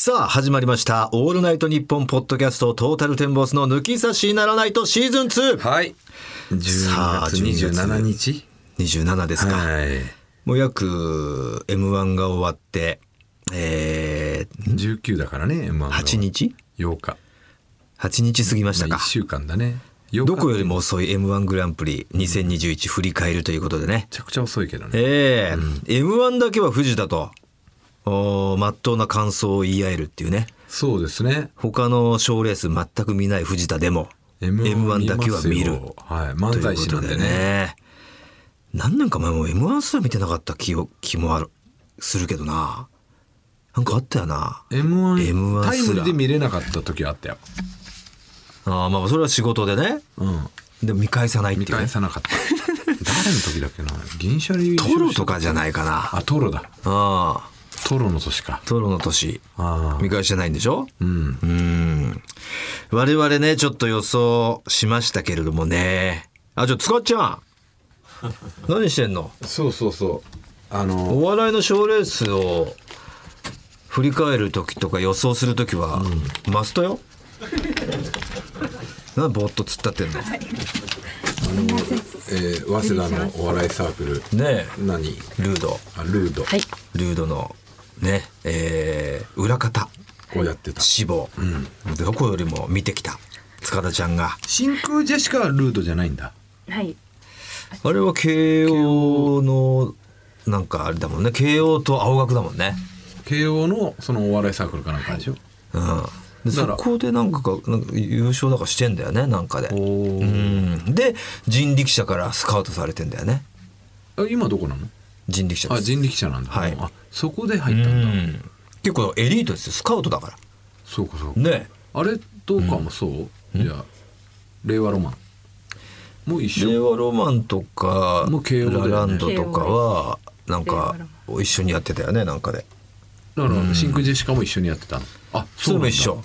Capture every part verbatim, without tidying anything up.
さあ始まりましたオールナイトニッポンポッドキャストトータルテンボスの抜き差しならないとシーズンツー。 はいじゅうにがつにじゅうしちにちにじゅうしちですか、 はい、 もう約 エムワン が終わってえー、 じゅうくだからね エムワン がはちにちようかはちにち過ぎましたか、 まあ、いっしゅうかんだね。 どこよりも遅い エムワン グランプリにせんにじゅういち振り返るということでね。 めちゃくちゃ遅いけどね。 ええーうん、エムワン だけは藤田とまっとうな感想を言い合えるっていうね。 そうですね。 他の賞レース全く見ない藤田でも エムワン だけは見る、 はい、漫才師なんでね。 何年か前も エムワン すら見てなかった気を気もあるするけどな。なんかあったよなエムワン, エムワンタイムリで見れなかった時あったよ。 ああ、まあそれは仕事でね、 うん、 でも見返さないっていう、ね、 見返さなかった誰の時だっけな。銀シャリトロとかじゃないかな。 あ、トロだ。 ああ、 トロの年か。 トロの年。あ、見返してないんでしょ。 うん、 うん。我々ねちょっと予想しましたけれどもね。あ、ちょっと塚っちゃん何してんの。 そうそうそう、あのお笑いの賞レースを振り返る時とか予想する時は、うん、マストよ。なんでぼーっと突っ立ってんの。 あの、えー、早稲田のお笑いサークルねえ、 何ルード。 あ、ルード、はい、 ルードのね、えー、裏方をやってた志望、うん、どこよりも見てきた塚田ちゃんが。 真空ジェシカはルードじゃないんだ。 はい、 あれは慶応のなんかあれだもんね。慶応と青学だもんね。 慶応のそのお笑いサークルかなんかでしょ。 うん、でそこでなんかなんか優勝だからしてんだよね、なんかで。うん、で人力車からスカウトされてんだよね。 今どこなの。 人力車です。 あ、人力車なんだ、 はい、 あ、そこで入ったんだ。うん、 結構エリートですよ、スカウトだから。 そうかそうか、 ね、 あれとかもそう、うん、じゃあ令和ロマンもう一緒。 令和ロマンとかもう慶応だよね、 ラランドとかはなんか一緒にやってたよね、なんかで。 だから真空ジェシカも一緒にやってたの。あ、 そうなんだ。一緒。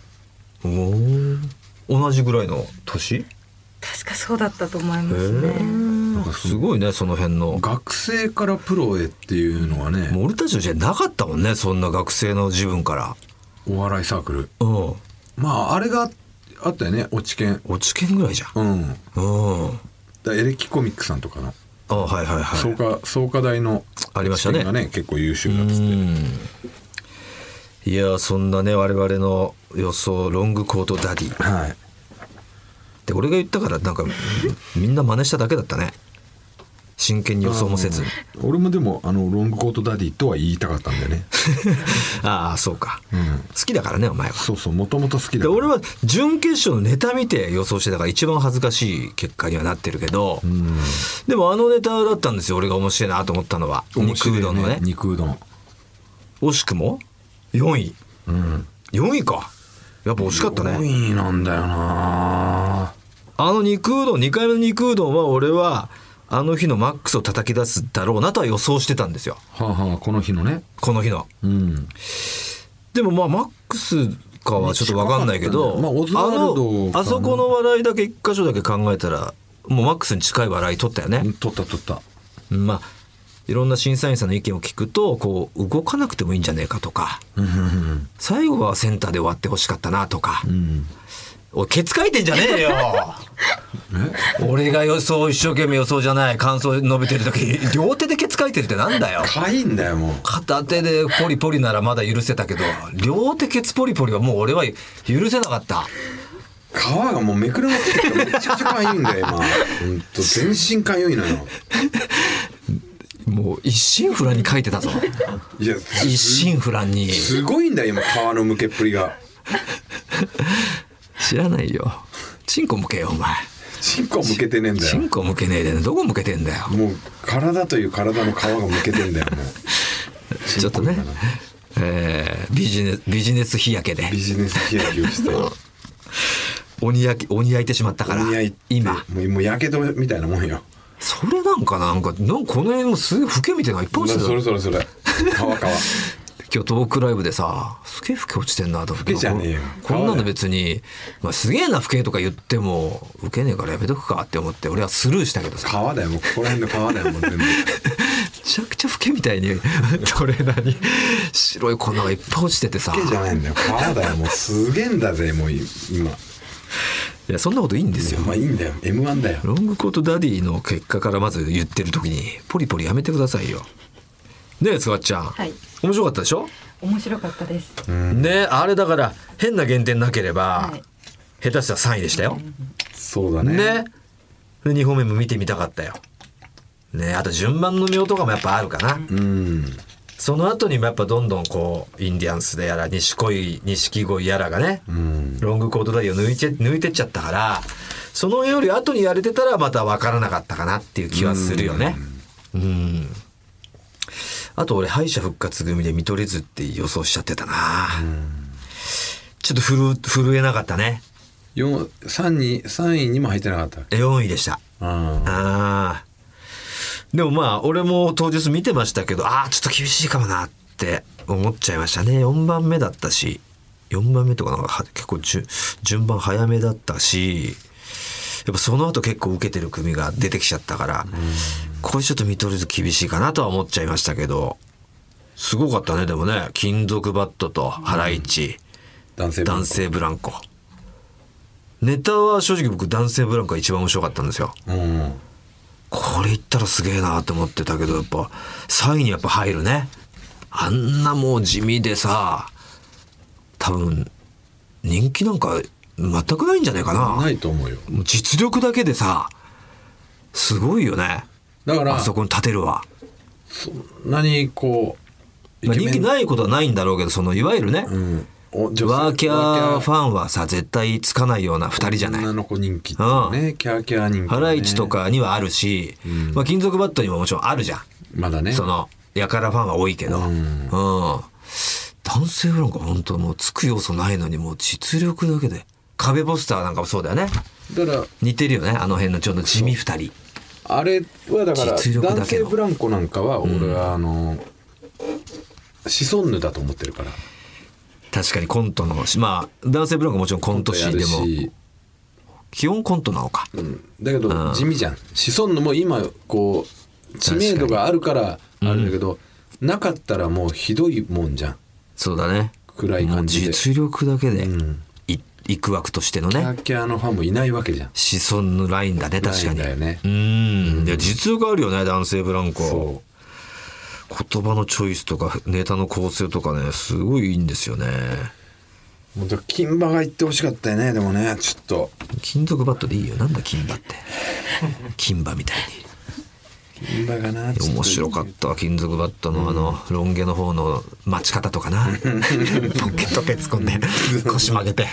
お同じぐらいの年。 確かそうだったと思いますね。 なんかすごいね、その辺の学生からプロへっていうのはね。 もう俺たちの時代なかったもんね、そんな学生の自分からお笑いサークル。 うん、 まああれがあったよね、落ち研。 落ち研ぐらいじゃん。 うんうん。だエレキコミックさんとかの、 あ、はいはいはい、 創価創価大のありましたね。 がね結構優秀だっつって。うん、 いや、そんなね我々の予想ロングコートダディ、 はい、 で俺が言ったからなんかみんな真似しただけだったね。真剣に予想もせず。 俺もでもあのロングコートダディとは言いたかったんだよねああ、そうか、うん、好きだからねお前は。 そうそう、もともと好きだから。 で俺は準決勝のネタ見て予想してたから一番恥ずかしい結果にはなってるけど、うん、でもあのネタだったんですよ、俺が面白いなと思ったのは。肉うどんのね、 肉うどん惜しくもよんい、うん、よんいか、やっぱ惜しかったね。 よんいなんだよな。 あの肉うどん、にかいめの肉うどんは俺はあの日のマックスを叩き出すだろうなとは予想してたんですよ。 はあはあ、この日のね。 この日の、うん、でもまあマックスかはちょっと分かんないけど、まあ、オズワルドあのあそこの笑いだけ一箇所だけ考えたらもうマックスに近い笑い取ったよね。 取った取った。 まあいろんな審査員さんの意見を聞くとこう動かなくてもいいんじゃねえかとか最後はセンターで終わってほしかったなとか、うん、おいケツ書いてんじゃねえよ俺が予想一生懸命予想じゃない感想述べてる時両手でケツ書いてるってなんだよ。 かいんだよもう。 片手でポリポリならまだ許せたけど両手ケツポリポリはもう俺は許せなかった。 皮がもうめくれまくってめちゃくちゃかゆいんだよ今。ほんと全身かゆいのよもう一心不乱に書いてたぞ。 いや一心不乱にすごいんだよ今皮のむけっぷりが知らないよ。チンコ向けよお前。 チンコ向けてねえんだよ。 チンコ向けねえでどこ向けてんだよ。 もう体という体の皮が向けてんだよもうちょっとね、えー、ビジネスビジネス日焼けでビジネス日焼けをして鬼焼き鬼焼いてしまったから今もうもうやけどみたいなもんよ。 それなんかなんかなんかこの辺もすげえ老けみたいなのいっぱい落ちてた。 それそれそれ皮皮今日トークライブでさすげえ老け落ちてんなと思って。 老けじゃねえよこんなの別に、まあ、すげえな老けとか言っても受けねえからやめとくかって思って俺はスルーしたけどさ。 皮だよもうここら辺の皮だよもう全部ちゃくちゃフケみたいにトレーナーに白い粉がいっぱい落ちててさ。 フケじゃないんだよ、皮だよ。もうすげえんだぜもう今。 いやそんなこといいんですよ。 まあいいんだよ、 エムワン だよ。 ロングコートダディの結果からまず言ってる時にポリポリやめてくださいよ。ねえつわっちゃん、 はい、 面白かったでしょ。 面白かったです。 ね、あれだから変な減点なければ、 はい、 下手したらさんいでしたよ。 そうだね。 ね。でにほんめも見てみたかったよ。ね、あと順番の妙とかもやっぱあるかな。 うん。 その後にもやっぱどんどんこうインディアンスでやら錦鯉錦鯉やらがね、 うん、 ロングコートダディを抜いて抜いてっちゃったから、そのより後にやれてたらまた分からなかったかなっていう気はするよね。うん。うんあと俺敗者復活組で見取り図って予想しちゃってたな。ちょっと震震えなかったね。 さんにさんいにも入ってなかった。 よんいでした。 ああでもまあ俺も当日見てましたけど、ああちょっと厳しいかもなって思っちゃいましたね。よんばんめだったし、よんばんめとかなんか結構順順番早めだったし、やっぱその後結構受けてる組が出てきちゃったから、これちょっと見取り図厳しいかなとは思っちゃいましたけど、すごかったね。でもね、金属バットとハライチ、 男性男性ブランコ。ネタは正直僕男性ブランコが一番面白かったんですよ。 うん、 これ言ったらすげえなって思ってたけど、やっぱさんいにやっぱ入るね。あんなもう地味でさ、多分人気なんか全くないんじゃないかな。 ないと思うよ。 もう実力だけでさすごいよね。 だからあそこに立てるわ。 そんなにこう、 まあ、人気ないことはないんだろうけど、そのいわゆるね、 うん、 ワーキャーファンはさ絶対つかないようなふたりじゃない。 女の子人気っていうね、キャーキャー人気、ね、 ハライチとかにはあるし、うん、まあ、金属バットにももちろんあるじゃん。 まだね。 そのやからファンは多いけど、うん、うん、男性ブランコ本当もうつく要素ないのにもう実力だけで。壁ポスターなんかもそうだよね。 だから似てるよね、あの辺のちょっと地味ふたり。 あれはだから男性ブランコなんかは俺はあの、うん、シソンヌだと思ってるから。 確かにコントのまあ男性ブランコもちろんコント師でも基本コントなのか、 うん、だけど地味じゃん。シソンヌも今こう知名度があるからあるんだけど、うん、なかったらもうひどいもんじゃん。 そうだね。 暗い感じで実力だけで、うんいく枠としてのね、 キャーキャーのファンもいないわけじゃん。 子孫のラインだね。確かにラインだよね。 うん、いや実力あるよね男性ブランコ。そう言葉のチョイスとかネタの構成とかねすごいいいんですよね。 もう金馬が言ってほしかったよね。でもねちょっと金属バットでいいよ。なんだ金馬って金馬みたいに金馬がな面白かった金属バットのあの、うん、ロン毛の方の待ち方とかなポケットケ突っ込んで腰曲げて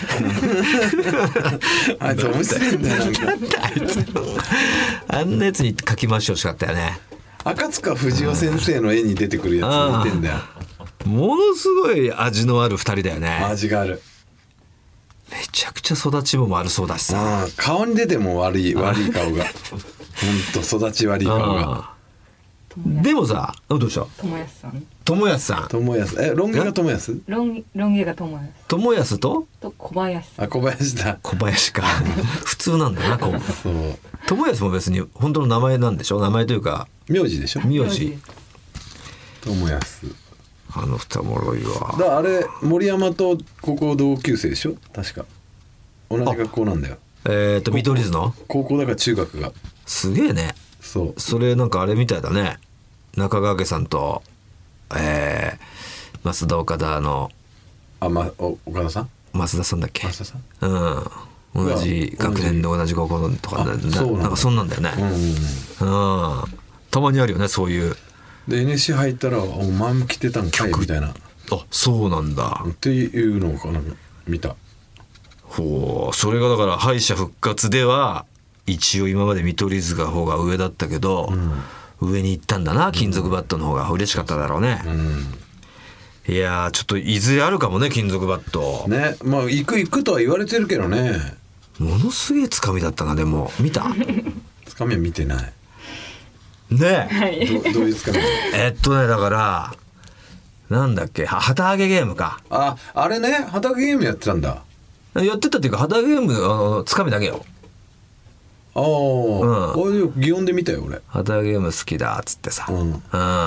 あいつ面白いんだよ。なんかあいつあんなやつに書き回してほしかったよね。 赤塚不二夫先生の絵に出てくるやつ似てんだよ。 ものすごい味のあるふたりだよね。 味がある。 めちゃくちゃ育ちも悪そうだしさ、 顔に出ても悪い悪い顔がほんと育ち悪い顔が。 でもさどうした友安さん友安さん友安えロン毛が友安ロンロン毛が友安友安とと小林さん。 あ小林だ小林か普通なんだなこうそう友安も別に本当の名前なんでしょ。名前というか名字でしょ。 名字友安。 あの二おもろいわ。 だあれ森山と高校同級生でしょ確か。同じ学校なんだよ。 えっと見取り図の高校だから中学がすげえね。 そうそれなんかあれみたいだね。中川家さんとえー、増田岡田のあまお岡田さん増田さんだっけ。 増田さんうん同じ学年で同じ高校とかな、なんかそんなんだよね。うん、うん、たまにあるよねそういう。 で エヌエスシー 入ったらお前も来てたんかいみたいな。 あそうなんだっていうのかな見た。 ほうそれがだから敗者復活では一応今まで見取り図が方が上だったけど、うん、上に行ったんだな金属バットの方が嬉しかっただろうね。うん、いやーちょっといずれあるかもね金属バットね。まあ行く行くとは言われてるけどね。 ものすげえつかみだったな。でも見たつかみは見てないねえ、 はい、 ど, どういうつかみえっとねだからなんだっけ旗揚げゲームか。 ああれね旗揚げゲームやってたんだ。 やってたっていうか旗揚げゲームあのつかみだけよ。 ああ、 うん俺祇園で見たよ俺。 旗ゲーム好きだっつってさ、 うんうん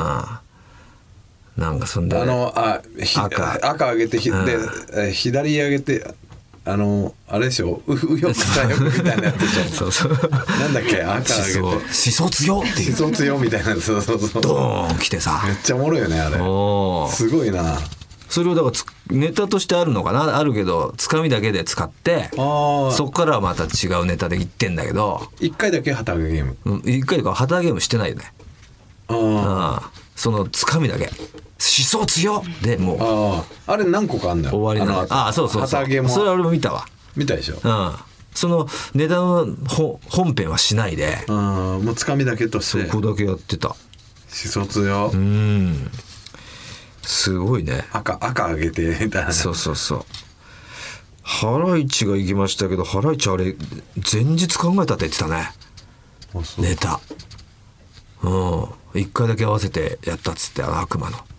なんかそんで、 あのあひ赤赤上げてひ、 うんでえ左上げてあのあれでしょう右翼左翼みたいなやつでしょ。 そうそうなんだっけ赤上げてしそ強っていうしそ強みたいな。そうそうそう。 ドーン来てさめっちゃおもろいよねあれ。 おーすごいな。 それをだからつネタとしてあるのかなあるけどつかみだけで使ってあそっからはまた違うネタで言ってんだけど一回だけ旗揚げゲーム。 うん一回とか旗ゲームしてないよねあああそのつかみだけしそ強でもうあああれ何個かあんだよ。 終わりなのああそうそうそう旗揚げもそれは俺も見たわ見たでしょ。 うんそのネタの本本編はしないでうんもうつかみだけとしてそこだけやってたしそ強うんすごいね赤赤上げてみたいな。 そうそうそうハライチが行きましたけどハライチあれ前日考えたって言ってたねあそうネタうん一回だけ合わせてやったっつってあの悪魔のは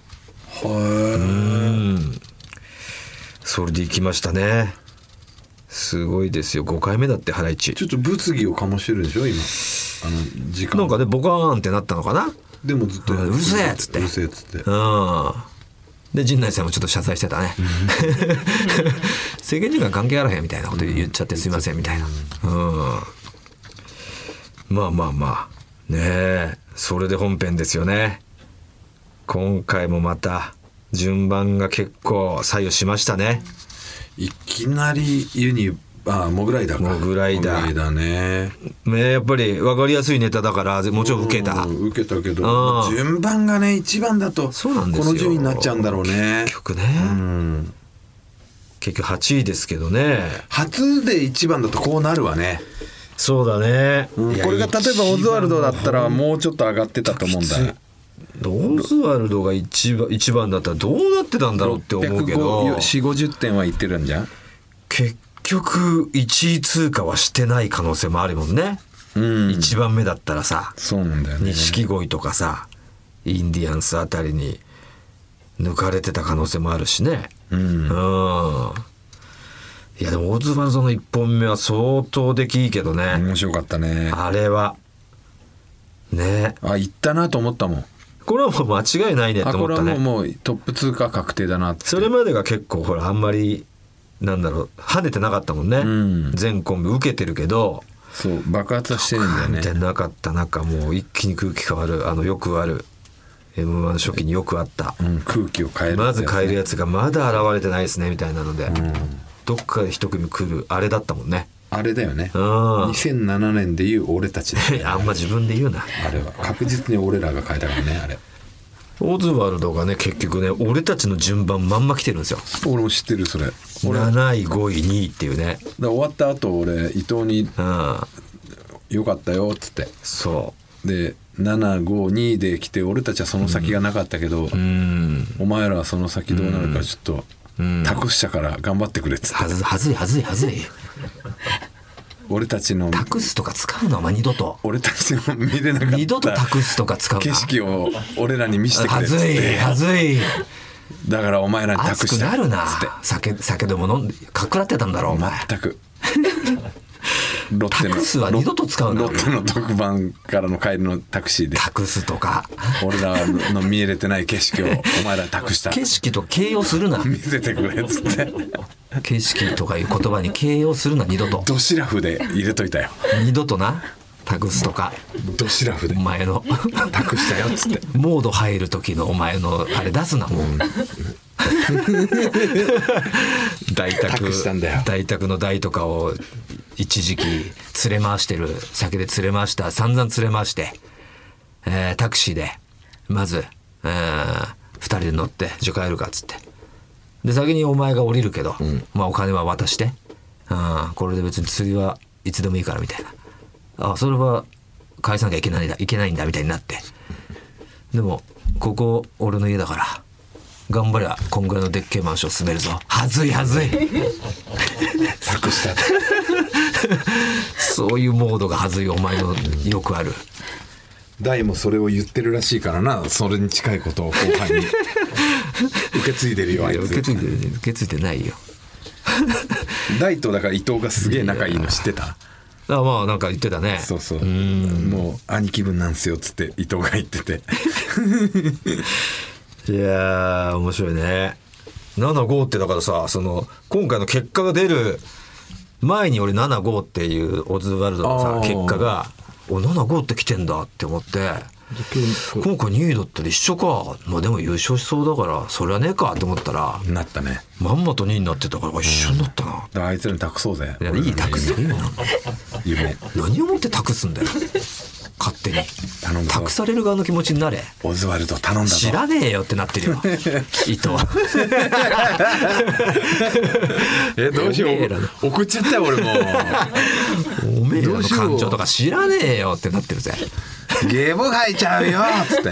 うんそれで行きましたねすごいですよごかいめだってハライチい。ちょっと物議を醸してるでしょ今あの時間なんかねボカーンってなったのかなでもずっとやってうんうるせえっつってうるせえっつってうんで陣内さんもちょっと謝罪してたね制限時間関係あらへんみたいなこと言っちゃってすいませんみたいなうんまあまあまあねえそれで本編ですよね今回もまた順番が結構左右しましたねいきなりユニあモグライダーかモグライダーモグライダーねねやっぱり分かりやすいネタだからもちろん受けたうん受けたけどうん順番がね一番だとそうなんですよこの順位になっちゃうんだろうね結局ね、 うん結局はちいですけどね初で一番だとこうなるわね、 そうだね、 うんいやこれが例えばオズワルドだったらもうちょっと上がってたと思うんだよ。 オズワルドが一番一番だったらどうなってたんだろうって思うけどよんじゅうごじゅってんはいってるんじゃん。 結局いちい通過はしてない可能性もあるもんね、 うんいちばんめだったらさそうなんだよね。 錦鯉とかさインディアンスあたりに抜かれてた可能性もあるしねうんうんいやでもオズワルドのいっぽんめは相当出来いいけどね、 面白かったね。 あれはねあ行ったなと思ったもん。 これはもう間違いないねってあこれは思ったねもうもうトップ通過確定だなって。 それまでが結構ほらあんまりなんだろう跳ねてなかったもんね、 うん全コンビ受けてるけどそう爆発はしてるんだよみたいね。 なかった中もう一気に空気変わるあのよくある エムワン 初期によくあったうん、空気を変える、 まず変えるやつがまだ現れてないですねみたいなので、どっかで一組来るあれだったもんねあれだよね。 うんにせんななねんでいう俺たちだよねあんま自分で言うなあれは確実に俺らが変えたからねあれ。 オズワルドがね結局ね俺たちの順番まんま来てるんですよ俺も知ってるそれ。俺だかなないごいにいっていうねら終わった後俺伊藤にうん 「よかったよ」っつってそうでななごにで来て俺たちはその先がなかったけど、 うんお前らはその先どうなるかちょっとうん託したから頑張ってくれっつって、 はずはずいはずいはずい俺たちの託すとか使うのお前二度と俺たちの見れなかった二度と託すとか使うな景色を俺らに見せてくはれっつっずいてはずいだからお前らに託熱くしたなるなっつって酒酒でも飲んでかっくらってたんだろお前全くロッテの託すは二度と使うなロッテの特番からの帰りのタクシーで託すとか俺らの見えれてない景色をお前らに託した景色と形容するな見せてくれっつって景色とかいう言葉に形容するな二度とドシラフで入れといたよ。 二度とな託すとかドシラフでお前の託したよっつってモード入る時のお前のあれ出すなもう大宅託したんだよ大宅の台とかを一時期連れ回してる酒で連れ回した散々連れ回して、えータクシーでまず、えー、ふたりで乗って「じゃあ帰るか」っつってで先にお前が降りるけど、まあお金は渡して、うん、これで別に次はいつでもいいからみたいなあそれは返さなきゃいけないんだいけないんだみたいになってでもここ俺の家だから頑張りゃこんぐらいのでっけえマンション住めるぞはずいはずい託したってそういうモードがはずいお前のよくある大もそれを言ってるらしいからなそれに近いことを後輩に受け継いでるよあいつ受け継いでる受け継いでないよ大とだから伊藤がすげえ仲いいの知ってたあまあなんか言ってたね。 そうそう、 んもう兄貴分なんすよっつって伊藤が言ってていやー面白いね。ななごってだからさ、その今回の結果が出る前に俺ななごっていうオズワルドのさあー結果がおななごって来てんだって思って、今回にいだったら一緒か、まあでも優勝しそうだからそれはねえかって思ったらなったね。 まんまとにいになってたから一緒になったな。 だからあいつらに託そうぜ。 いやいい託すよ夢何をもって託すんだよ勝手に頼んだぞ託される側の気持ちになれ。 オズワルド頼んだぞ。 知らねえよってなってるよ伊藤えどうしよおめえらのう送っちゃったよ俺もおめえらの感情とか知らねえよってなってるぜ。 ゲボ吐いちゃうよっつって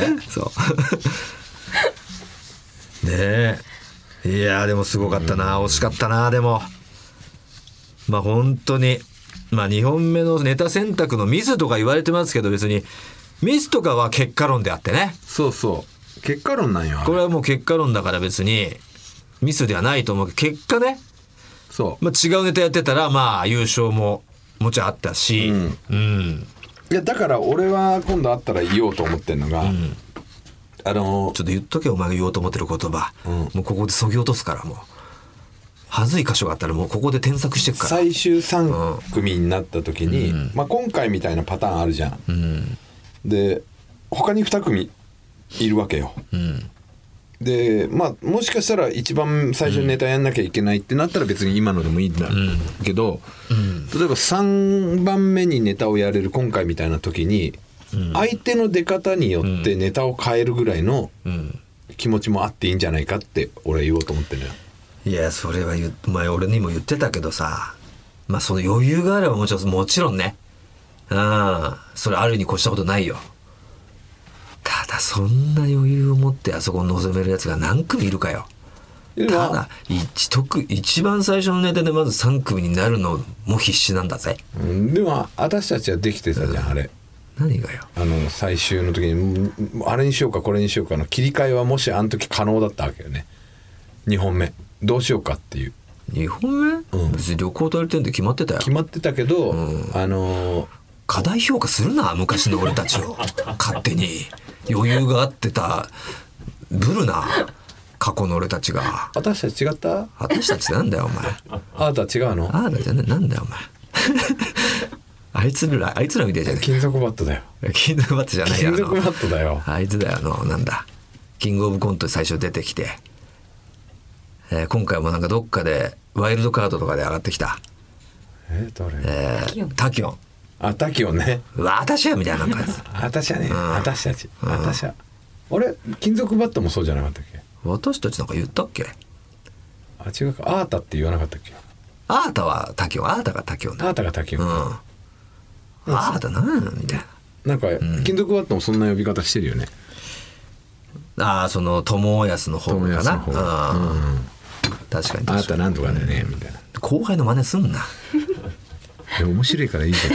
そうねえ。いやでもすごかったな、惜しかったな。でもまあ本当にまあにほんめのネタ選択のミスとか言われてますけど、別にミスとかは結果論であってね、 そうそう結果論なんよ。 これはもう結果論だから別にミスではないと思うけど、結果ね、 そうまあ、違うネタやってたらまあ優勝ももちろんあったし、 うんうんいやだから俺は今度会ったら言おうと思ってんのが、 んあのちょっと言っとけお前が言おうと思ってる言葉、 うんもうここでそぎ落とすからもうはずい箇所があったらもうここで添削してくから。 最終さん組になった時に、 うんまあ、今回みたいなパターンあるじゃん。 うんで他にに組いるわけよ。 うんでまあもしかしたら一番最初にネタやんなきゃいけないってなったら別に今のでもいいんだけど、 うん例えばさんばんめにネタをやれる今回みたいな時に、 うん相手の出方によってネタを変えるぐらいのうん気持ちもあっていいんじゃないかって俺は言おうと思ってるのよ。 いやそれは言う前俺にも言ってたけどさ、まあその余裕があればもちろんもちろんね、ああそれあるに越したことないよ。ただそんな余裕を持ってあそこに臨めるやつが何組いるかよ。 でただ一特一番最初のネタでまずさん組になるのも必死なんだぜ。 うんでも私たちはできてたじゃん、あれ何がよ。 あの最終の時にうんあれにしようかこれにしようかの切り替えはもしあの時可能だったわけよね。にほんめどうしようかっていうにほんめ、 うん別に旅行代理店で決まってたよ。 決まってたけど、 うんあのー過大評価するな昔の俺たちを勝手に余裕があってたブルな過去の俺たちが。 私たち違った？ 私たちなんだよお前。 あなた違うの？ ああだじゃねなんだよお前あいつらあいつらみたいじゃね金属バットだよ。 え金属バットじゃないよ金属バットだよ。 あいつだよあのなんだキングオブコントで最初出てきて、えー今回もなんかどっかでワイルドカードとかで上がってきた、 え誰？ えタキオンー、タキオンあタキオンね。 私やみたいななんかやつ私はね、 ん私たち、 うん私は。俺金属バットもそうじゃなかったっけ？ 私たちなんか言ったっけ。 あ違うか。アータって言わなかったっけ？ あーたはタキオンあーたがタキオンだ。 アータがタキオン。 うんあーたなんなのみたいなんかん金属バットもそんな呼び方してるよね。 な。ああその友安の方かな。 友安の方うんうん確かに確かにあーたなんとかだよねみたいな。 後輩の真似すんなでも面白いからいいじ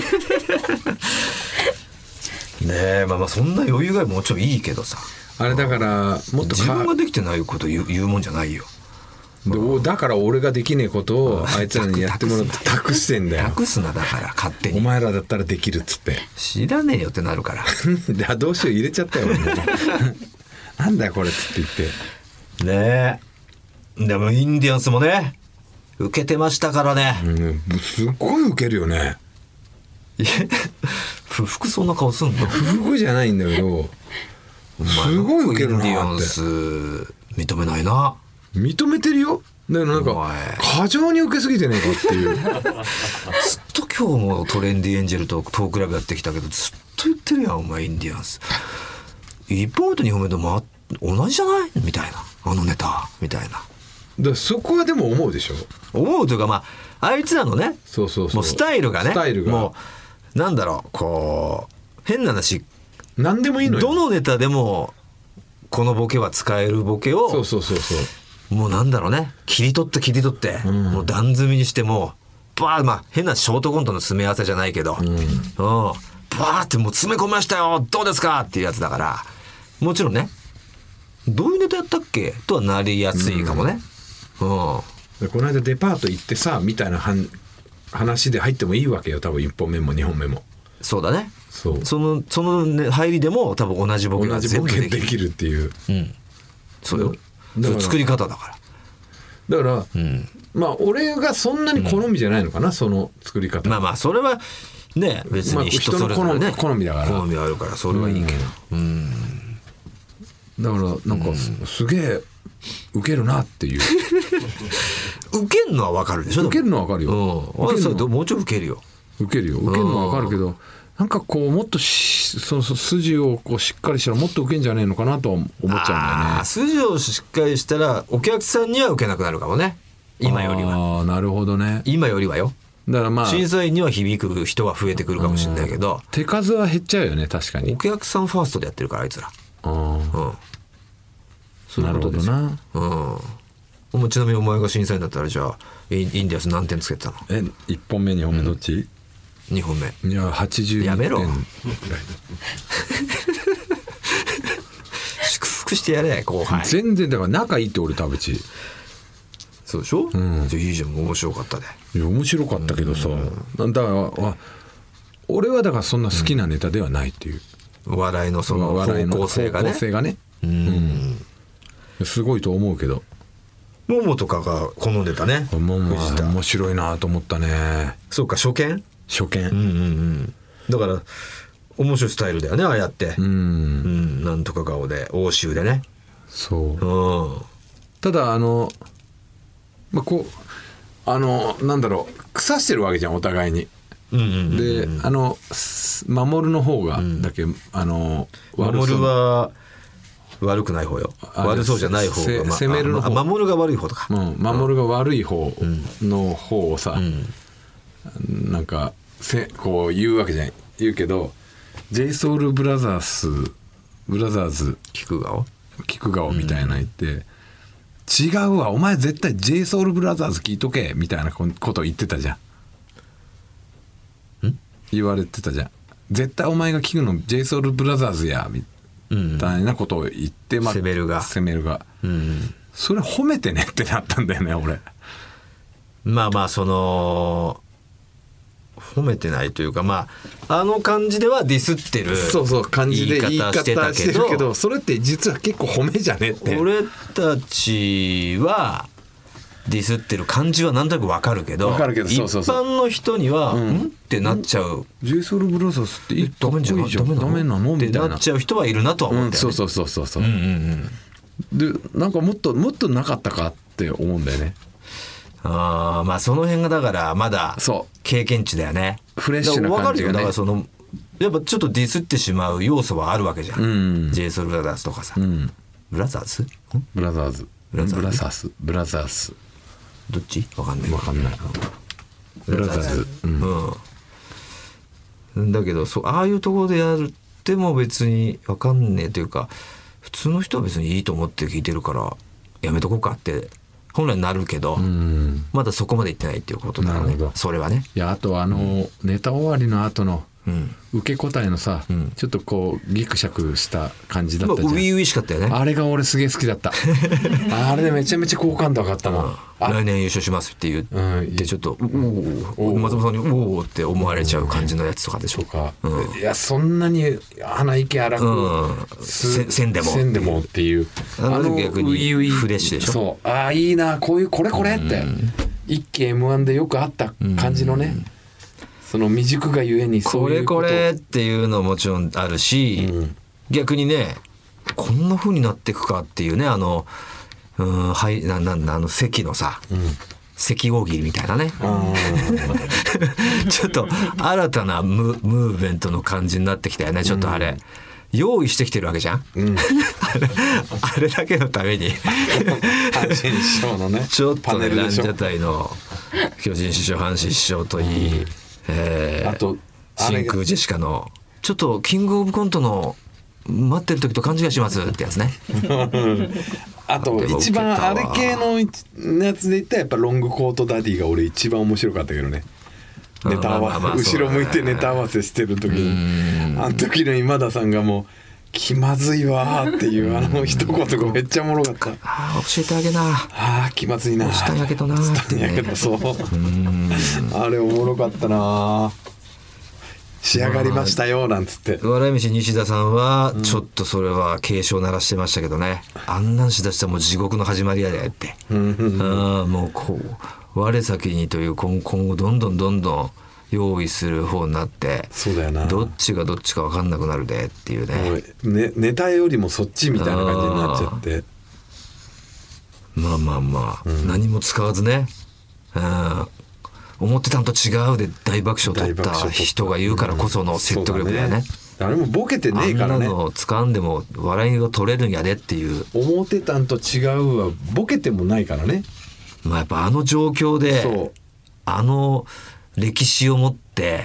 ねえ。まあまあそんな余裕がもちろんいいけどさ、 ゃん。あれだからもっと自分がかできてないこと言う言うもんじゃないよ。 でおだから俺ができねえことをあいつらにやってもらって託してんだよ。 託すなだから勝手おに。 前らだったらできるっつって。 知らねえよってなるからであどうしよう入れちゃったよ俺もなんだよこれっつって言って、 ねえ。でもインディアンスもね受けてましたからね、 うん、すっごいウケるよね。 いや不服そんな顔すんの不服じゃないんだけどお前すごいウケるインディアなってンス認めないな。 認めてるよ。だからなんおか前過剰に受けすぎてねえかっていうずっと今日もトレンディエンジェルとトークライブやってきたけどずっと言ってるやんお前インディアンスいっぽんめとにほんめと、ま、同じじゃないみたいなあのネタみたいなだからそこはでも思うでしょ。 思うというかまああいつらのねそうそうそうもうスタイルがねスタイルがもうなんだろうこう変な話何でもいいのよ。 どのネタでもこのボケは使えるボケをそうそうそうそうもうなんだろうね切り取って切り取って、 んもう段積みにしてもうバーまあ変なショートコントの詰め合わせじゃないけど、うん、バーってもう詰め込みましたよどうですかっていうやつだからもちろんねどういうネタやったっけとはなりやすいかもね。うん、 でこの間デパート行ってさみたいなはん話で入ってもいいわけよ多分いっぽんめもにほんめも。 そうだね。 そうそのその、ね、入りでも多分同じボケが同じボ全部できる。 ケできるっていう。 うんそうよ。 だからそれ作り方だからだから、 うんまあ俺がそんなに好みじゃないのかな、その作り方。 まあまあそれはね別に人それぞれね、 まあ人の好み好みだから好みはあるからそれはいいけどうんだからなんかす,、すげえウケるなっていう受けるのは分かるでしょ。 ウケるのは分かるよ、 うんウケるのはそうもうちょい受けるよ。 ウケるよウケるのは分かるけど、なんかこうもっとしその筋をこうしっかりしたらもっとウケんじゃねえのかなとは思っちゃうんだよね。 あー筋をしっかりしたらお客さんには受けなくなるかもね今よりは。 ああなるほどね。 今よりはよ。 だからまあ審査員には響く人は増えてくるかもしれないけど手数は減っちゃうよね確かに。 お客さんファーストでやってるからあいつら。 あうんそういうなるほどことですよ。 な。 うんお前ちなみにお前が審査員だったらじゃあインインディアス何点つけてたの？ えいっぽんめにほんめどっち、 にほんめ。 いやはちじゅうにてんやめろ祝福してやれ後輩。 全然だから仲いいって俺田淵。 そうでしょ、 んじゃあいいじゃん面白かったで。 いや面白かったけどさ、だからあ俺はだからそんな好きなネタではないっていう、 笑いのその笑いの方向性がね方向性がねうんすごいと思うけど、 ももとかが好んでたねもうまあ藤田。 面白いなと思ったねそうか初見初見。 うんうんうんだから面白いスタイルだよねああやってうん、 うんなんとか顔で欧州でねそううんただあのまあこうあのなんだろう腐してるわけじゃんお互いに。 うんうんうんであのす守の方がだけ、あの悪そう守は悪くない方よ。 あ悪そうじゃない方せが、まあ、 攻めるの方あ守るが悪い方とか、 うん、守が悪い方の方をさ、なんかせこう言うわけじゃん言うけど ジェイソウルブラザーズブラザーズ菊顔菊顔みたいな言って、違うわお前絶対 ジェイソウルブラザーズ聞いとけみたいなことを言ってたじゃん。言われてたじゃん。絶対お前が聞くの ジェイソウルブラザーズやみたいなことを言って、まあ、 攻めるが攻めるが、 うんそれ褒めてねってなったんだよね俺。 まあまあその褒めてないというかまああの感じではディスってるそうそう感じで言い方してたしてけどるけどそれって実は結構褒めじゃねって。 俺たちはディスってる感じはなんとなくわかるけどわかるけどそうそうそう一般の人には、 うんんってなっちゃう。 ジェイソウルブラザーズっていいダメじゃんかっこいいじゃんダメなのダメなのってみたいななっちゃう人はいるなとは思うん、 ったよね。 そうそうそうそうそう、 うんうんうんでなんかもっともっとなかったかって思うんだよね。 あーまあその辺がだからまだそう経験値だよね。 フレッシュな感じがねだから分かるよだからそのやっぱちょっとディスってしまう要素はあるわけじゃん、 うんジェイソウルブラザーズとかさ、 うんブラザーズんブラザーズブラザーズブラザーズブラザーズどっちわかんないわかんないブラザーズうんうん、だけどそうああいうところでやっても別にわかんねえというか普通の人は別にいいと思って聞いてるからやめとこうかって本来なるけど、 うんまだそこまでいってないっていうことだよねなるほどそれはね。 いやあとあの、ネタ終わりの後のうん受け答えのさ、 んちょっとこうギクシャクした感じだまあったじゃん、 初々しかったよね。 あれが俺すげえ好きだったあれでめちゃめちゃ好感度上がったもん。あ来年優勝しますって言うんってちょっと「おお松本さんに「おお」って思われちゃう感じのやつとかでしょとか、 うんいやそんなに鼻息荒く、 うんせせんでもせんでもっていうあの時逆に初々 フレッシュでしょ。 そうああいいなこういうこれこれって、一期 エムワン でよくあった感じのね、その未熟がゆえにそこれういうこことれっていうのももちろんあるし、 うん逆にねこんな風になっていくかっていうねあのうんはいななんだあの関のさ、関大喜利みたいなねあちょっと新たなムムーブメントの感じになってきたよねちょっとあれ、用意してきてるわけじゃん、 ーうんあれあれだけのために阪神師匠のねちょっパとねランジネルでしょャタイの巨人師匠阪神師匠といい、えーあとあれ真空ジェシカのちょっとキングオブコントの待ってる時と勘違いしますってやつねあと一番あれ系のやつで言ったらやっぱロングコートダディが俺一番面白かったけどね。ネタ合わせ、 まあまあまあ後ろ向いてネタ合わせしてる時にあの時の今田さんがもう気まずいわーっていうあの一言がめっちゃおもろかった。 あー教えてあげな、 あー気まずいな、 したんやけどなーってね、 したんやけどそううんあれおもろかったな。仕上がりましたよなんつって、 笑い飯西田さんはちょっとそれは警鐘鳴らしてましたけどね、うん、あんなんしだしたらもう地獄の始まりやでって、うん、あもうこう我先にという今後どんどんどんどん用意する方になって、 そうだよな、 どっちがどっちか分かんなくなるでっていうね、 ねネタよりもそっちみたいな感じになっちゃって、 まあまあまあ、うん、何も使わずね、うん思ってたんと違うで大爆笑取った人が言うからこその説得力だよね。 誰もボケてねえからね。 あんなの掴んでも笑いが取れるんやでっていう。 思ってたんと違うはボケてもないからね。 まあやっぱあの状況であの歴史を持って、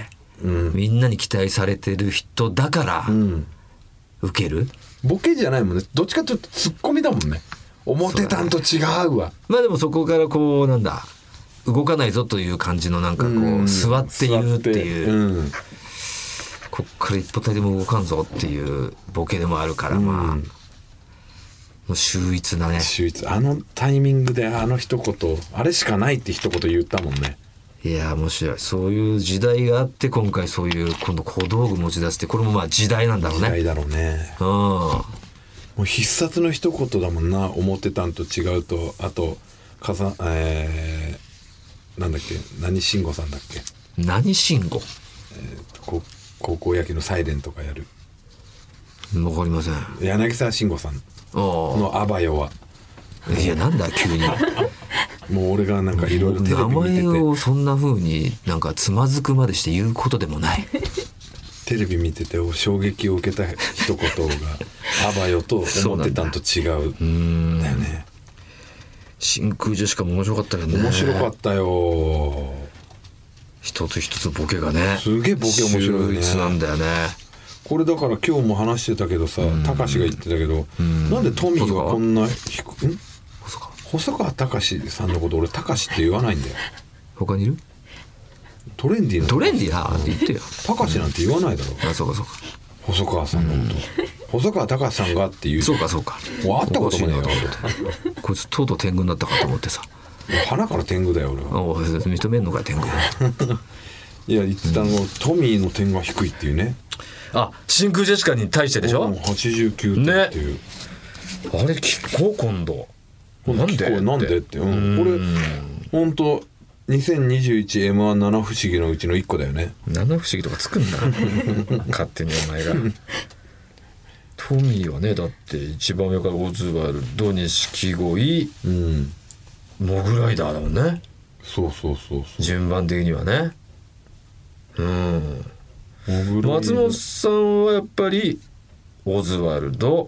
うん、みんなに期待されてる人だから受ける、 うん、ボケじゃないもんね。どっちかというとツッコミだもんね。思ってたんと違うわ。 まあでもそこからこうなんだ動かないぞという感じのなんかこう、うん、座って言うっていう、うん、こっから一歩たりでも動かんぞっていうボケでもあるから、うん、まあもう秀逸なね、 秀逸。あのタイミングであの一言あれしかないって一言言ったもんね。 いや面白い。そういう時代があって今回そういう今度小道具持ち出して、これもまあ時代なんだろうね。 時代だろうね。うん、もう必殺の一言だもんな。思ってたんと違うと、あとかさ、えーなんだっけ、何慎吾さんだっけ、 何慎吾、 えー、高校野球のサイレンとかやる、 わかりません。 柳沢慎吾さんのアバヨは、 いやなんだ急にもう俺がなんかいろいろテレビ見てて、名前をそんな風になんかつまずくまでして言うことでもないテレビ見てて衝撃を受けた一言がアバヨと思ってたんと違うんだよね。 真空ジェシカも面白かったけどね。 面白かったよ。 一つ一つボケがね、 すげえボケ面白いね。 秀逸なんだよね。 これだから今日も話してたけどさ、たかしが言ってたけど、なんでトミーはこんな低くん細川たかしさんのこと俺たかしって言わないんだよ。 他にいる？ トレンディーのトレンディーなって言ってよ。 たかしなんて言わないだろ。 あ、そうかそうか。 細川さんのこと、細川たかしさんがっていう。 そうかそうか。 もう会ったこともねえよ。 こいつとうとう天狗になったかと思ってさ。 鼻から天狗だよ俺は。 お認めんのかよ天狗。 いや言ってたの、うん、トミーの点が低いっていうね。 あ、真空ジェシカに対してでしょ。 はちじゅうきゅうてんっていう、ね、 あれ聞こう今度。 なんでなんでって、うん、これ本当にせんにじゅういちエムワン 七不思議のうちのいっこだよね。 七不思議とか作んな勝手にお前がトミーはね、だって一番上からオズワルド、錦鯉、うん、モグライダーだもんね。 そうそうそうそう、 順番的にはね。うん、松本さんはやっぱりオズワルド、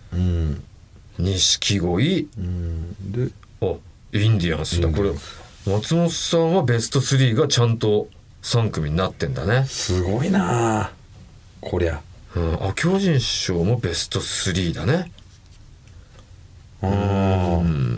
錦鯉、うん、であインディアンスだ。これ松本さんはベストスリーがちゃんとさん組になってんだね。 すごいなこりゃ、 うん、あ巨人賞もベストスリーだね。うん、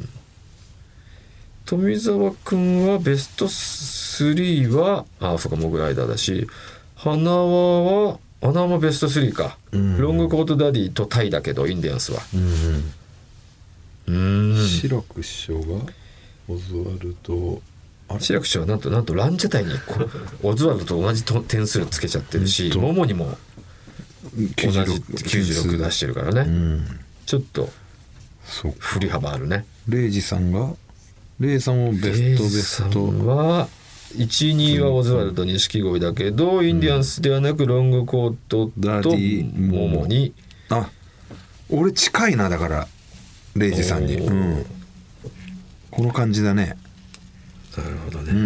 富澤くんはベストスリーはあそうかモグライダーだし、花輪は花輪もベストスリーか、うん、ロングコートダディとタイだけどインディアンスは、 うん、うん志らく師匠がオズワルド、 志らく師匠はなんとなんとランジャタイにオズワルドと同じ点数つけちゃってるし、モモにも同じきゅうじゅうろく出してるからね、うん、ちょっと振り幅あるね。 レイジさんがレイさんもベストベストはいちいにいはオズワルド錦鯉だけど、うん、インディアンスではなくロングコートとモモに、 あ俺近いな、だからレイジさんに、うん、この感じだね。 なるほどね、うん、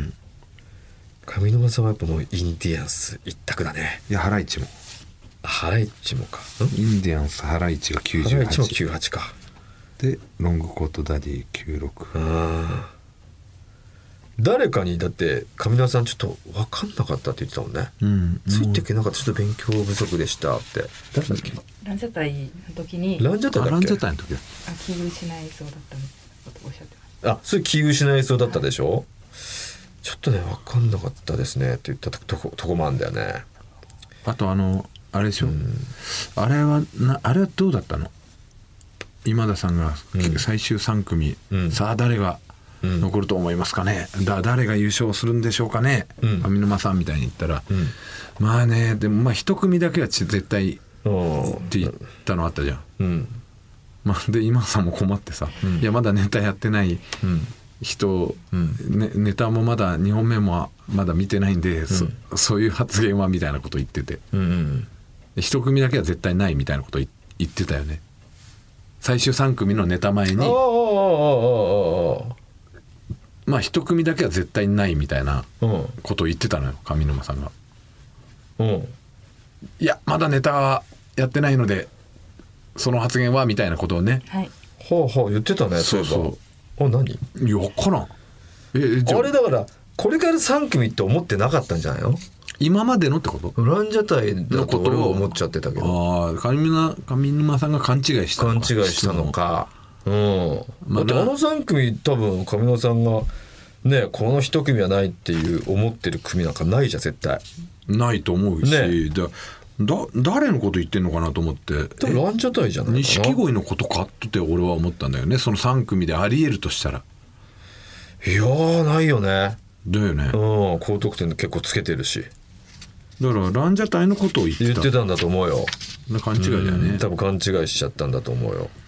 上沼さんはやっぱもうインディアンス一択だね。 いやハライチもハライチもか、 インディアンスハライチがきゅうじゅうはち、 ハライチもきゅうじゅうはちかでロングコートダディきゅうじゅうろく。あ誰かにだって上沼さんちょっと分かんなかったって言ってたもんね、うん、ついていけなかった、ちょっと勉強不足でしたって。誰だっけ、 ランジャタイの時にランジャタイだっけ、 ランジャタイの時はあ気失いそうだったみたいなことおっしゃってました。あそれ気失いそうだったでしょ、はい、ちょっとね分かんなかったですねって言ったとこ、とこもあるんだよね。 あとあのあれでしょ、うん、あれはなあれはどうだったの？今田さんが最終さん組、うん、さあ誰が残ると思いますかね、うん、だ誰が優勝するんでしょうかね、うん、上沼さんみたいに言ったら、うん、まあねでもまあ一組だけは絶対って言ったのあったじゃん、うんまあ、で今田さんも困ってさ、うん、いやまだネタやってない人、うんね、ネタもまだにほんめもまだ見てないんで、うん、そ, そういう発言はみたいなこと言ってて、うんうん、一組だけは絶対ないみたいなこと言ってたよね。最終さん組のネタ前にまあ一組だけは絶対ないみたいなことを言ってたのよ上沼さんが、うん、いやまだネタはやってないのでその発言はみたいなことをね、はい、 はあはあ言ってたね。 そうそうあ何？ いや分からん。 えじゃあれだからこれからさん組って思ってなかったんじゃないの？ 今までのってこと？ ランジャタイだと俺は思っちゃってたけど、 ああ上沼上沼さんが勘違いしたのか勘違いしたのか、うん、まあ、だってあのさん組多分上沼さんがねこの一組はないっていう思ってる組なんかないじゃん絶対ないと思うし、ね、だだ誰のこと言ってんのかなと思って多分ランジャタイじゃないかな。 錦鯉のことかって俺は思ったんだよね。そのさん組でありえるとしたらいやーないよね。 だよね、 うん、高得点結構つけてるしだからランジャタイのことを言ってた言ってたんだと思うよ。 勘違いだよね、うん、 多分勘違いしちゃったんだと思うよ。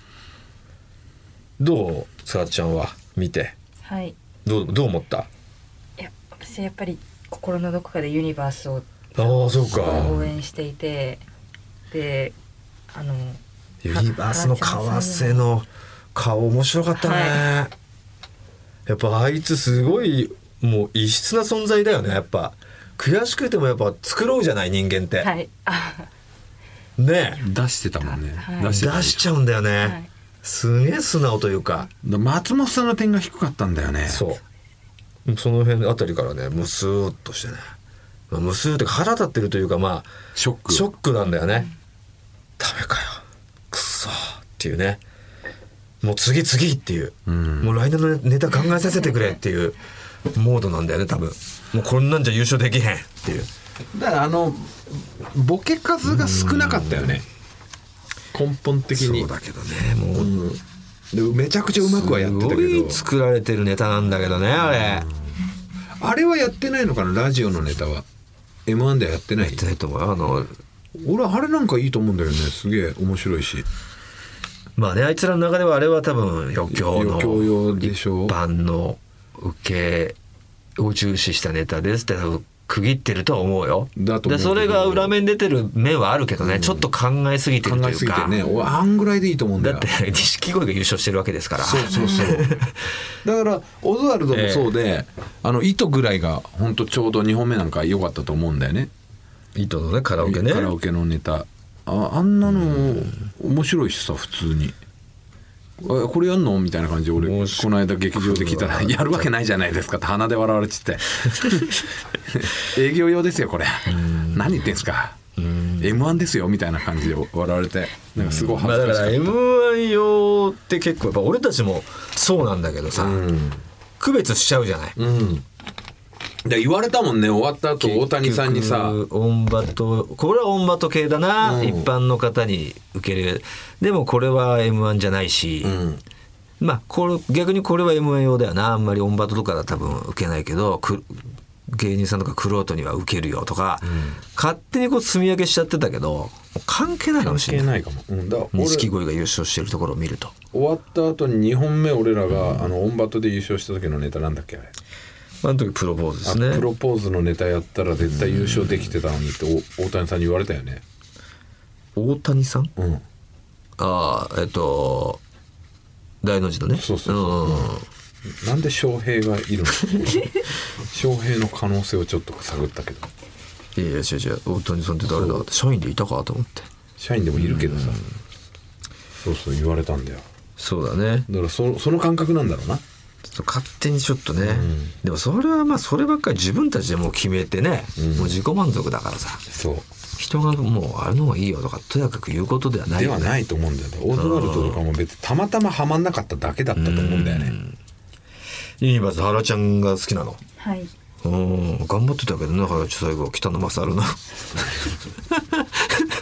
どうさあちゃんは見て、 はい、 どう、どう思った？ いや私やっぱり心のどこかでユニバースをああそうか応援していてであのユニバースの川瀬の顔面白かったね、はい、やっぱあいつすごいもう異質な存在だよね。やっぱ悔しくてもやっぱ作ろうじゃない人間って、はい、ね出してたもんね、 はい、出, 出しちゃうんだよね、はい、すげえ素直というか松本さんの点が低かったんだよね。 そうその辺あたりからねムスーっとしてね、まあ、ムスーって腹立ってるというかまあショックショックなんだよね。ダメかよくそっていうねもう次次っていう、うん、もう来年のネタ考えさせてくれっていうモードなんだよね多分。もうこんなんじゃ優勝できへんっていう。 だからあのボケ数が少なかったよね根本的に。 そうだけどねもう、うん、 でめちゃくちゃうまくはやってたけどすごい作られてるネタなんだけどねあれ、 うん、あれはやってないのかなラジオのネタは エムワン ではやってない。 やってないと思う。あの俺あれなんかいいと思うんだけどねすげえ面白いし。 まあねあいつらの中ではあれは多分余興の余興用でしょ。 一般の受けを重視したネタですって区切ってるとは思うよ。だと思うけどでそれが裏面出てる面はあるけどね、うん、ちょっと考えすぎてるというか考えすぎてねあんぐらいでいいと思うんだよ。 だって錦鯉が優勝してるわけですからそうそうそうだからオズワルドもそうで、えー、あの糸ぐらいが本当ちょうどにほんめなんか良かったと思うんだよね。 糸のねカラオケねカラオケのネタ あ, あんなの面白いしさ普通にこれやんのみたいな感じで俺この間劇場で聞いたらやるわけないじゃないですかって鼻で笑われちって営業用ですよこれ何言ってんすか エムワン ですよみたいな感じで笑われてなんかすごい恥ずかしかった、まあ、だからエムワン 用って結構やっぱ俺たちもそうなんだけどさ、うん、区別しちゃうじゃない、うんで言われたもんね終わった後大谷さんにさオンバトこれはオンバト系だな、うん、一般の方に受けるでもこれは エムワン じゃないし、うん、まあこれ逆にこれは エムワン 用だよなあんまりオンバトとかは多分受けないけどく芸人さんとか玄人には受けるよとか、うん、勝手にこう積み上げしちゃってたけど関係ないかもしれない関係ないかも、 うん、錦鯉が優勝してるところを見ると終わった後ににほんめ俺らが、うん、あのオンバトで優勝した時のネタなんだっけあれあの時プロポーズですね。 プロポーズのネタやったら絶対優勝できてたのにって大谷さんに言われたよね。 大谷さん？ うん。 ああえっと大の字のね。 そうそうそう、うんうん、なんで翔平がいるの翔平の可能性をちょっと探ったけどいやいや違う違う大谷さんって誰だって社員でいたかと思って社員でもいるけどさ、うん、そうそう言われたんだよ。 そうだね。 だから そ, その感覚なんだろうな。 勝手にちょっとね、うん、でもそれはまあそればっかり自分たちでもう決めてね、うん、もう自己満足だからさそう人がもうあれの方がいいよとかとやかく言うことではないよね。 ではないと思うんだよね。オズワルドとかも別にたまたまハマんなかっただけだったと思うんだよね。 ユニバース原ちゃんが好きなの。 はいうん頑張ってたけどね原ちゃん最後北野勝の